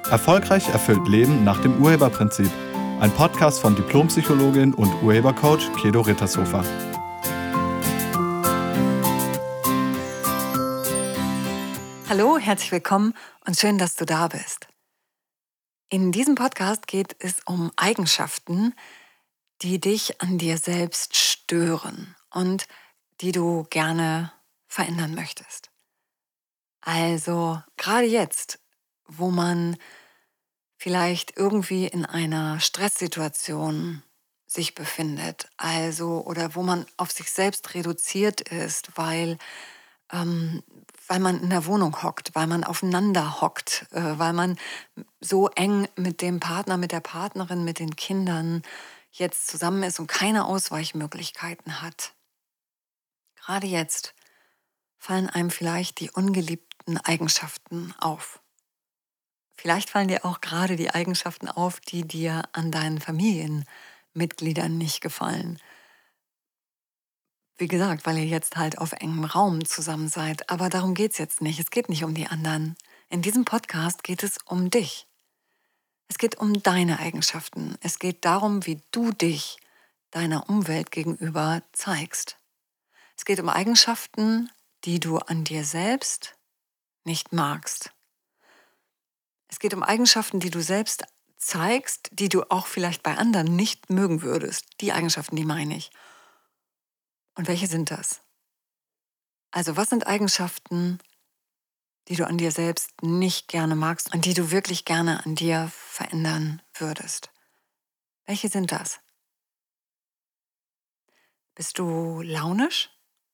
Erfolgreich erfüllt Leben nach dem Urheberprinzip. Ein Podcast von Diplompsychologin und Urhebercoach Kedo Rittershofer. Hallo, herzlich willkommen und schön, dass du da bist. In diesem Podcast geht es um Eigenschaften, die dich an dir selbst stören und die du gerne verändern möchtest. Also gerade jetzt, wo man vielleicht irgendwie in einer Stresssituation sich befindet, oder wo man auf sich selbst reduziert ist, weil man in der Wohnung hockt, weil man aufeinander hockt, weil man so eng mit dem Partner, mit der Partnerin, mit den Kindern jetzt zusammen ist und keine Ausweichmöglichkeiten hat. Gerade jetzt fallen einem vielleicht die ungeliebten Eigenschaften auf. Vielleicht fallen dir auch gerade die Eigenschaften auf, die dir an deinen Familienmitgliedern nicht gefallen. Wie gesagt, weil ihr jetzt halt auf engem Raum zusammen seid. Aber darum geht es jetzt nicht. Es geht nicht um die anderen. In diesem Podcast geht es um dich. Es geht um deine Eigenschaften. Es geht darum, wie du dich deiner Umwelt gegenüber zeigst. Es geht um Eigenschaften, die du an dir selbst nicht magst. Es geht um Eigenschaften, die du selbst zeigst, die du auch vielleicht bei anderen nicht mögen würdest. Die Eigenschaften, die meine ich. Und welche sind das? Also was sind Eigenschaften, die du an dir selbst nicht gerne magst und die du wirklich gerne an dir verändern würdest? Welche sind das? Bist du launisch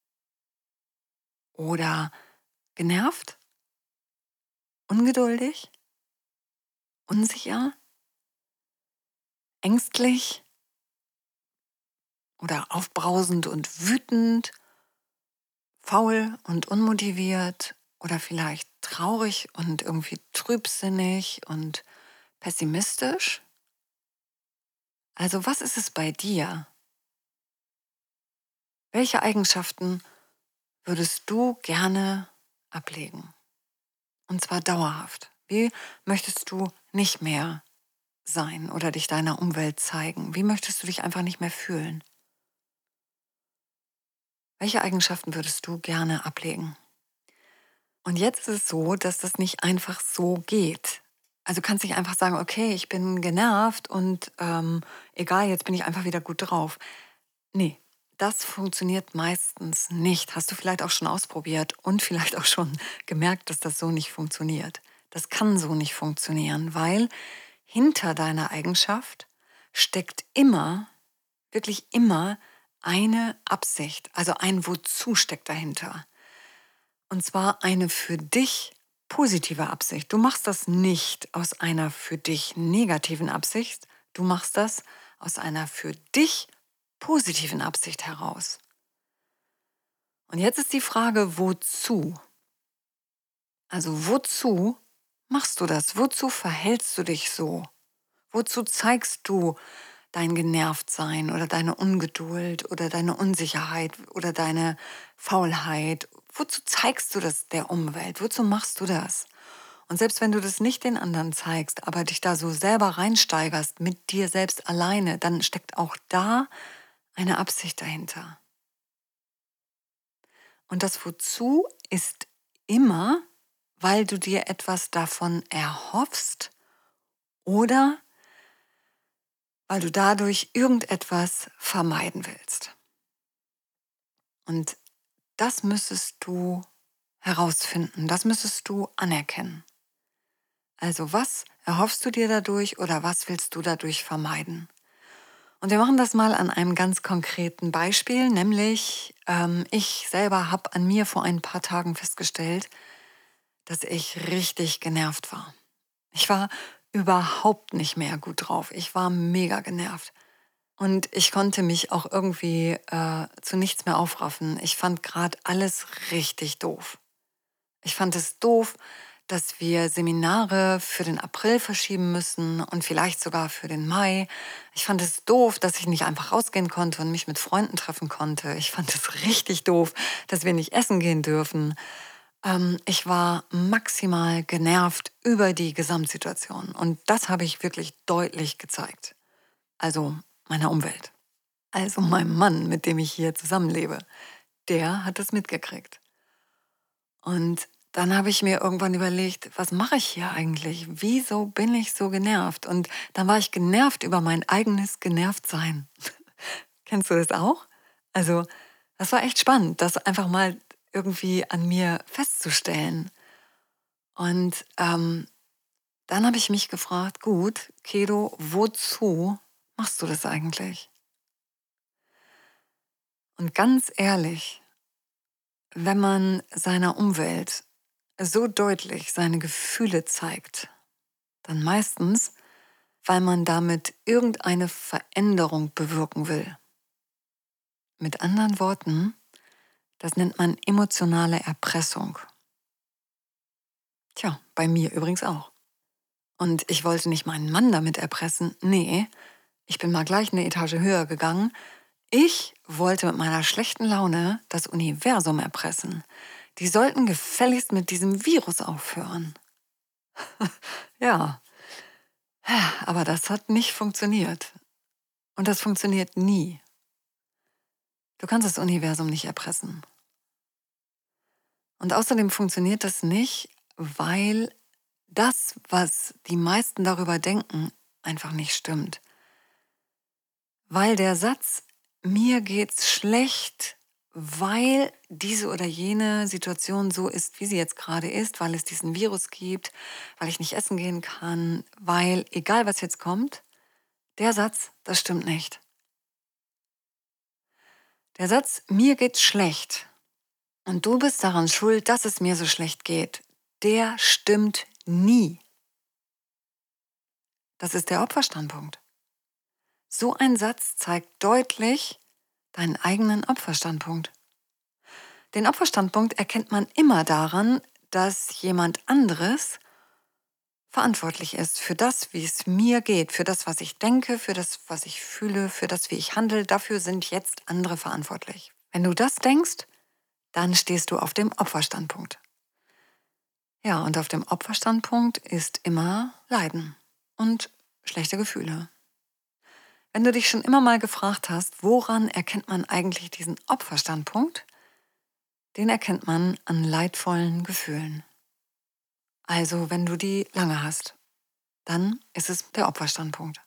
oder genervt, ungeduldig, unsicher, ängstlich oder aufbrausend und wütend, faul und unmotiviert oder vielleicht traurig und irgendwie trübsinnig und pessimistisch? Also was ist es bei dir? Welche Eigenschaften würdest du gerne ablegen? Und zwar dauerhaft. Wie möchtest du nicht mehr sein oder dich deiner Umwelt zeigen? Wie möchtest du dich einfach nicht mehr fühlen? Welche Eigenschaften würdest du gerne ablegen? Und jetzt ist es so, dass das nicht einfach so geht. Also du kannst nicht einfach sagen, okay, ich bin genervt und egal, jetzt bin ich einfach wieder gut drauf. Nee, das funktioniert meistens nicht. Hast du vielleicht auch schon ausprobiert und vielleicht auch schon gemerkt, dass das so nicht funktioniert. Das kann so nicht funktionieren, weil hinter deiner Eigenschaft steckt immer, wirklich immer eine Absicht, also ein Wozu steckt dahinter. Und zwar eine für dich positive Absicht. Du machst das nicht aus einer für dich negativen Absicht, du machst das aus einer für dich positiven Absicht heraus. Und jetzt ist die Frage, wozu? Also wozu machst du das? Wozu verhältst du dich so? Wozu zeigst du dein Genervtsein oder deine Ungeduld oder deine Unsicherheit oder deine Faulheit? Wozu zeigst du das der Umwelt? Wozu machst du das? Und selbst wenn du das nicht den anderen zeigst, aber dich da so selber reinsteigerst mit dir selbst alleine, dann steckt auch da eine Absicht dahinter. Und das Wozu ist immer, weil du dir etwas davon erhoffst oder weil du dadurch irgendetwas vermeiden willst. Und das müsstest du herausfinden, das müsstest du anerkennen. Also was erhoffst du dir dadurch oder was willst du dadurch vermeiden? Und wir machen das mal an einem ganz konkreten Beispiel, nämlich ich selber habe an mir vor ein paar Tagen festgestellt, dass ich richtig genervt war. Ich war überhaupt nicht mehr gut drauf. Ich war mega genervt. Und ich konnte mich auch irgendwie zu nichts mehr aufraffen. Ich fand gerade alles richtig doof. Ich fand es doof, dass wir Seminare für den April verschieben müssen und vielleicht sogar für den Mai. Ich fand es doof, dass ich nicht einfach rausgehen konnte und mich mit Freunden treffen konnte. Ich fand es richtig doof, dass wir nicht essen gehen dürfen. Ich war maximal genervt über die Gesamtsituation. Und das habe ich wirklich deutlich gezeigt. Also meiner Umwelt. Also meinem Mann, mit dem ich hier zusammenlebe. Der hat das mitgekriegt. Und dann habe ich mir irgendwann überlegt, was mache ich hier eigentlich? Wieso bin ich so genervt? Und dann war ich genervt über mein eigenes Genervtsein. Kennst du das auch? Also, das war echt spannend, das einfach mal irgendwie an mir festzustellen. Und dann habe ich mich gefragt, gut, Kedo, wozu machst du das eigentlich? Und ganz ehrlich, wenn man seiner Umwelt so deutlich seine Gefühle zeigt, dann meistens, weil man damit irgendeine Veränderung bewirken will. Mit anderen Worten, das nennt man emotionale Erpressung. Tja, bei mir übrigens auch. Und ich wollte nicht meinen Mann damit erpressen. Nee, ich bin mal gleich eine Etage höher gegangen. Ich wollte mit meiner schlechten Laune das Universum erpressen. Die sollten gefälligst mit diesem Virus aufhören. Ja, aber das hat nicht funktioniert. Und das funktioniert nie. Du kannst das Universum nicht erpressen. Und außerdem funktioniert das nicht, weil das, was die meisten darüber denken, einfach nicht stimmt. Weil der Satz, mir geht's schlecht, weil diese oder jene Situation so ist, wie sie jetzt gerade ist, weil es diesen Virus gibt, weil ich nicht essen gehen kann, weil egal was jetzt kommt, der Satz, das stimmt nicht. Der Satz, mir geht's schlecht und du bist daran schuld, dass es mir so schlecht geht, der stimmt nie. Das ist der Opferstandpunkt. So ein Satz zeigt deutlich deinen eigenen Opferstandpunkt. Den Opferstandpunkt erkennt man immer daran, dass jemand anderes verantwortlich ist für das, wie es mir geht, für das, was ich denke, für das, was ich fühle, für das, wie ich handle. Dafür sind jetzt andere verantwortlich. Wenn du das denkst, dann stehst du auf dem Opferstandpunkt. Ja, und auf dem Opferstandpunkt ist immer Leiden und schlechte Gefühle. Wenn du dich schon immer mal gefragt hast, woran erkennt man eigentlich diesen Opferstandpunkt, den erkennt man an leidvollen Gefühlen. Also wenn du die lange hast, dann ist es der Opferstandpunkt.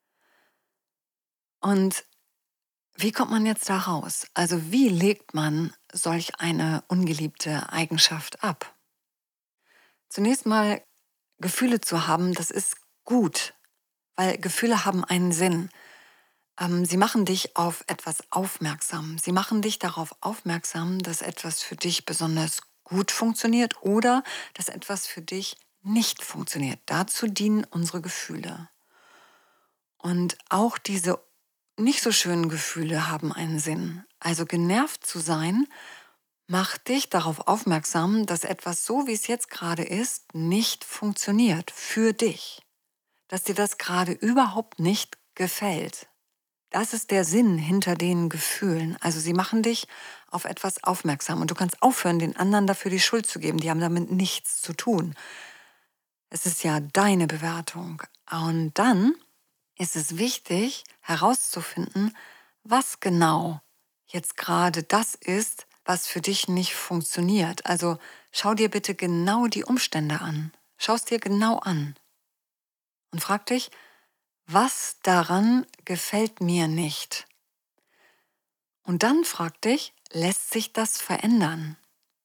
Und wie kommt man jetzt da raus? Also wie legt man solch eine ungeliebte Eigenschaft ab? Zunächst mal Gefühle zu haben, das ist gut, weil Gefühle haben einen Sinn. Sie machen dich auf etwas aufmerksam. Sie machen dich darauf aufmerksam, dass etwas für dich besonders gut funktioniert oder dass etwas für dich nicht funktioniert. Dazu dienen unsere Gefühle. Und auch diese nicht so schönen Gefühle haben einen Sinn. Also genervt zu sein, macht dich darauf aufmerksam, dass etwas so, wie es jetzt gerade ist, nicht funktioniert für dich. Dass dir das gerade überhaupt nicht gefällt. Das ist der Sinn hinter den Gefühlen. Also sie machen dich auf etwas aufmerksam und du kannst aufhören, den anderen dafür die Schuld zu geben. Die haben damit nichts zu tun. Es ist ja deine Bewertung. Und dann ist es wichtig herauszufinden, was genau jetzt gerade das ist, was für dich nicht funktioniert. Also schau dir bitte genau die Umstände an. Schau es dir genau an und frag dich, was daran gefällt mir nicht? Und dann frag dich, lässt sich das verändern?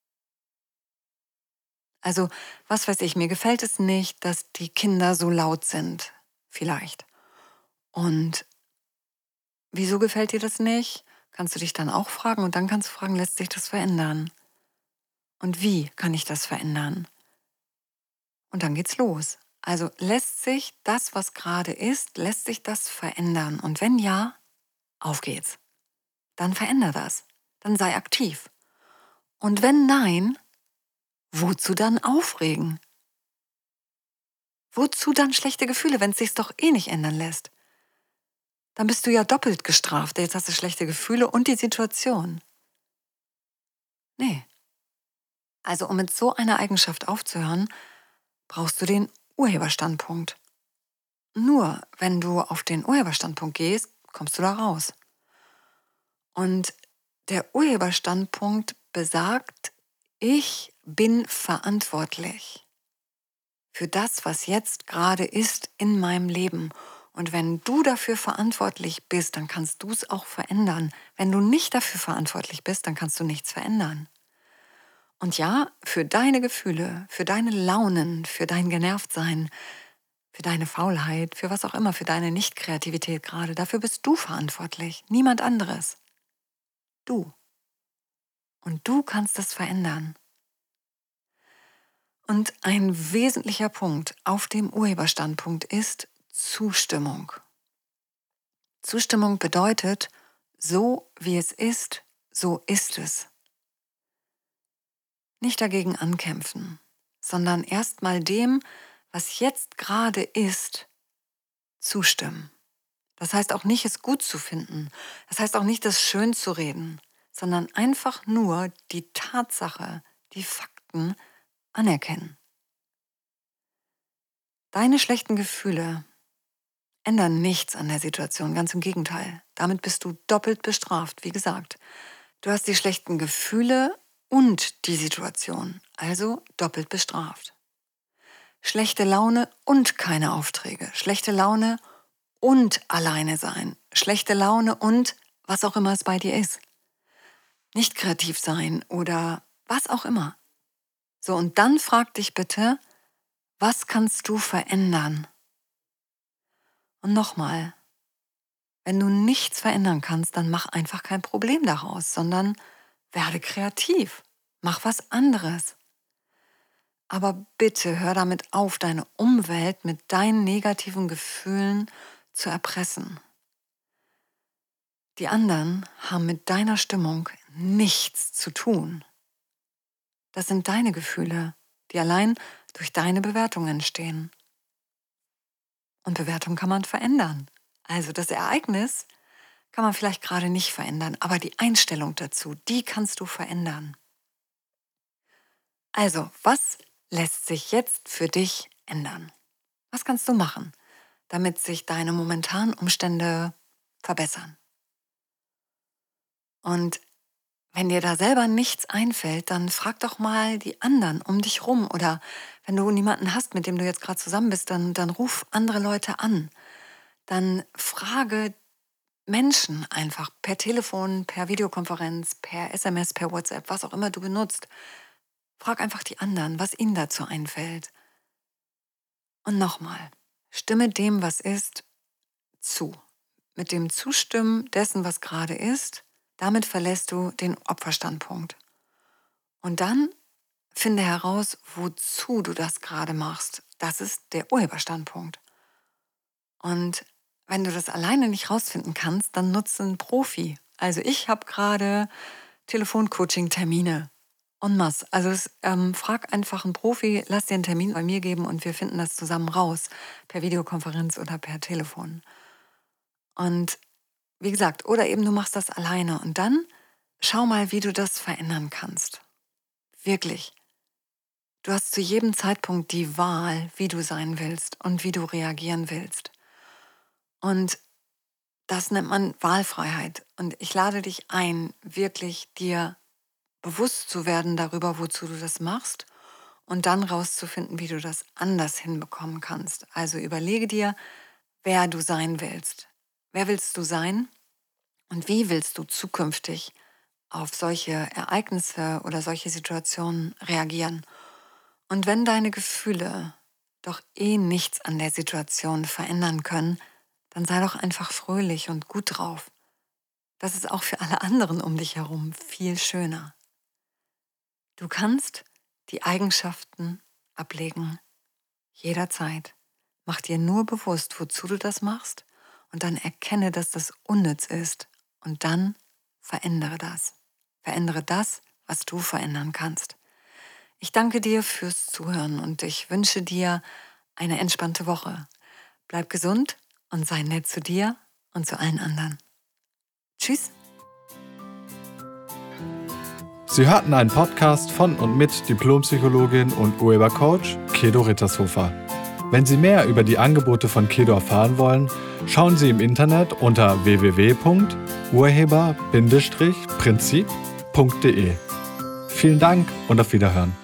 Also, was weiß ich, mir gefällt es nicht, dass die Kinder so laut sind. Vielleicht. Und wieso gefällt dir das nicht? Kannst du dich dann auch fragen und dann kannst du fragen, lässt sich das verändern? Und wie kann ich das verändern? Und dann geht's los. Also lässt sich das, was gerade ist, lässt sich das verändern? Und wenn ja, auf geht's. Dann veränder das. Dann sei aktiv. Und wenn nein, wozu dann aufregen? Wozu dann schlechte Gefühle, wenn es sich doch eh nicht ändern lässt? Dann bist du ja doppelt gestraft. Jetzt hast du schlechte Gefühle und die Situation. Nee. Also um mit so einer Eigenschaft aufzuhören, brauchst du den Urheberstandpunkt. Nur wenn du auf den Urheberstandpunkt gehst, kommst du da raus. Und der Urheberstandpunkt besagt, ich bin verantwortlich für das, was jetzt gerade ist in meinem Leben. Und wenn du dafür verantwortlich bist, dann kannst du es auch verändern. Wenn du nicht dafür verantwortlich bist, dann kannst du nichts verändern. Und ja, für deine Gefühle, für deine Launen, für dein Genervtsein, für deine Faulheit, für was auch immer, für deine Nicht-Kreativität gerade, dafür bist du verantwortlich, niemand anderes. Du. Und du kannst es verändern. Und ein wesentlicher Punkt auf dem Urheberstandpunkt ist Zustimmung. Zustimmung bedeutet, so wie es ist, so ist es. Nicht dagegen ankämpfen, sondern erstmal dem, was jetzt gerade ist, zustimmen. Das heißt auch nicht, es gut zu finden. Das heißt auch nicht, es schön zu reden, sondern einfach nur die Tatsache, die Fakten anerkennen. Deine schlechten Gefühle ändern nichts an der Situation, ganz im Gegenteil. Damit bist du doppelt bestraft, wie gesagt. Du hast die schlechten Gefühle und die Situation, also doppelt bestraft. Schlechte Laune und keine Aufträge. Schlechte Laune und alleine sein. Schlechte Laune und was auch immer es bei dir ist. Nicht kreativ sein oder was auch immer. So, und dann frag dich bitte, was kannst du verändern? Und nochmal, wenn du nichts verändern kannst, dann mach einfach kein Problem daraus, sondern werde kreativ. Mach was anderes. Aber bitte hör damit auf, deine Umwelt mit deinen negativen Gefühlen zu erpressen. Die anderen haben mit deiner Stimmung nichts zu tun. Das sind deine Gefühle, die allein durch deine Bewertung entstehen. Und Bewertung kann man verändern. Also das Ereignis kann man vielleicht gerade nicht verändern, aber die Einstellung dazu, die kannst du verändern. Also, was lässt sich jetzt für dich ändern? Was kannst du machen, damit sich deine momentanen Umstände verbessern? Und wenn dir da selber nichts einfällt, dann frag doch mal die anderen um dich rum. Oder wenn du niemanden hast, mit dem du jetzt gerade zusammen bist, dann ruf andere Leute an. Dann frage Menschen einfach per Telefon, per Videokonferenz, per SMS, per WhatsApp, was auch immer du benutzt. Frag einfach die anderen, was ihnen dazu einfällt. Und nochmal, stimme dem, was ist, zu. Mit dem Zustimmen dessen, was gerade ist, damit verlässt du den Opferstandpunkt. Und dann finde heraus, wozu du das gerade machst. Das ist der Urheberstandpunkt. Und wenn du das alleine nicht rausfinden kannst, dann nutze einen Profi. Also ich habe gerade Telefoncoaching-Termine en masse. Also frag einfach einen Profi, lass dir einen Termin bei mir geben und wir finden das zusammen raus, per Videokonferenz oder per Telefon. Und wie gesagt, oder eben du machst das alleine und dann schau mal, wie du das verändern kannst. Wirklich. Du hast zu jedem Zeitpunkt die Wahl, wie du sein willst und wie du reagieren willst. Und das nennt man Wahlfreiheit. Und ich lade dich ein, wirklich dir bewusst zu werden darüber, wozu du das machst und dann rauszufinden, wie du das anders hinbekommen kannst. Also überlege dir, wer du sein willst. Wer willst du sein und wie willst du zukünftig auf solche Ereignisse oder solche Situationen reagieren? Und wenn deine Gefühle doch nichts an der Situation verändern können, dann sei doch einfach fröhlich und gut drauf. Das ist auch für alle anderen um dich herum viel schöner. Du kannst die Eigenschaften ablegen, jederzeit. Mach dir nur bewusst, wozu du das machst und dann erkenne, dass das unnütz ist und dann verändere das. Verändere das, was du verändern kannst. Ich danke dir fürs Zuhören und ich wünsche dir eine entspannte Woche. Bleib gesund und sei nett zu dir und zu allen anderen. Tschüss. Sie hörten einen Podcast von und mit Diplompsychologin und Urhebercoach Kedo Rittershofer. Wenn Sie mehr über die Angebote von Kedo erfahren wollen, schauen Sie im Internet unter www.urheber-prinzip.de. Vielen Dank und auf Wiederhören.